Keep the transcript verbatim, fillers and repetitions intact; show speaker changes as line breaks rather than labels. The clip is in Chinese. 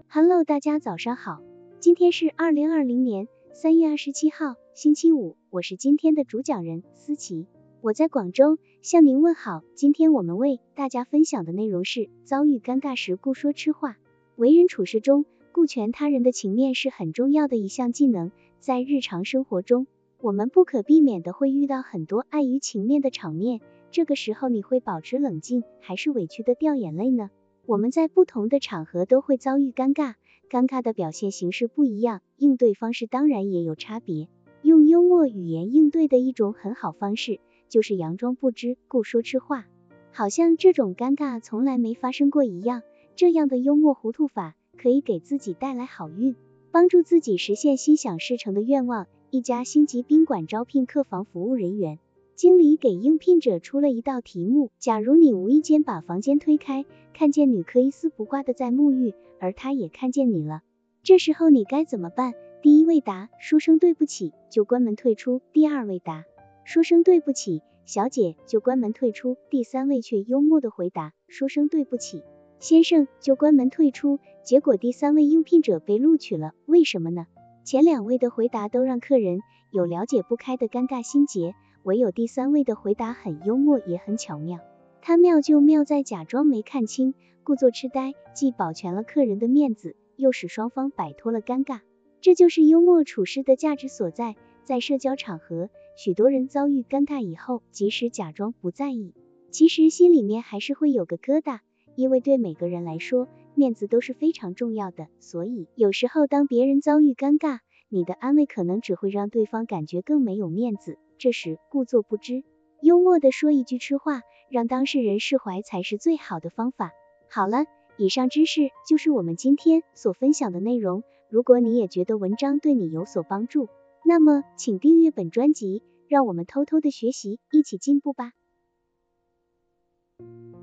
Hello， 大家早上好，今天是二零二零年三月二十七号，星期五，我是今天的主讲人思琪，我在广州向您问好。今天我们为大家分享的内容是遭遇尴尬时顾说痴话。为人处事中，顾全他人的情面是很重要的一项技能，在日常生活中，我们不可避免的会遇到很多碍于情面的场面，这个时候你会保持冷静，还是委屈的掉眼泪呢？我们在不同的场合都会遭遇尴尬，尴尬的表现形式不一样，应对方式当然也有差别。用幽默语言应对的一种很好方式，就是佯装不知，顾说痴话，好像这种尴尬从来没发生过一样。这样的幽默糊涂法，可以给自己带来好运，帮助自己实现心想事成的愿望。一家星级宾馆招聘客房服务人员，经理给应聘者出了一道题目，假如你无意间把房间推开，看见女客一丝不挂的在沐浴，而她也看见你了，这时候你该怎么办？第一位答，说声对不起，就关门退出。第二位答，说声对不起，小姐，就关门退出。第三位却幽默的回答，说声对不起，先生，就关门退出。结果第三位应聘者被录取了，为什么呢？前两位的回答都让客人有了解不开的尴尬心结，唯有第三位的回答很幽默也很巧妙，他妙就妙在假装没看清，故作痴呆，既保全了客人的面子，又使双方摆脱了尴尬。这就是幽默处事的价值所在。在社交场合，许多人遭遇尴尬以后，即使假装不在意，其实心里面还是会有个疙瘩，因为对每个人来说，面子都是非常重要的，所以有时候当别人遭遇尴尬，你的安慰可能只会让对方感觉更没有面子，这时故作不知，幽默地说一句痴话，让当事人释怀才是最好的方法。好了，以上知识就是我们今天所分享的内容，如果你也觉得文章对你有所帮助，那么请订阅本专辑，让我们偷偷的学习，一起进步吧。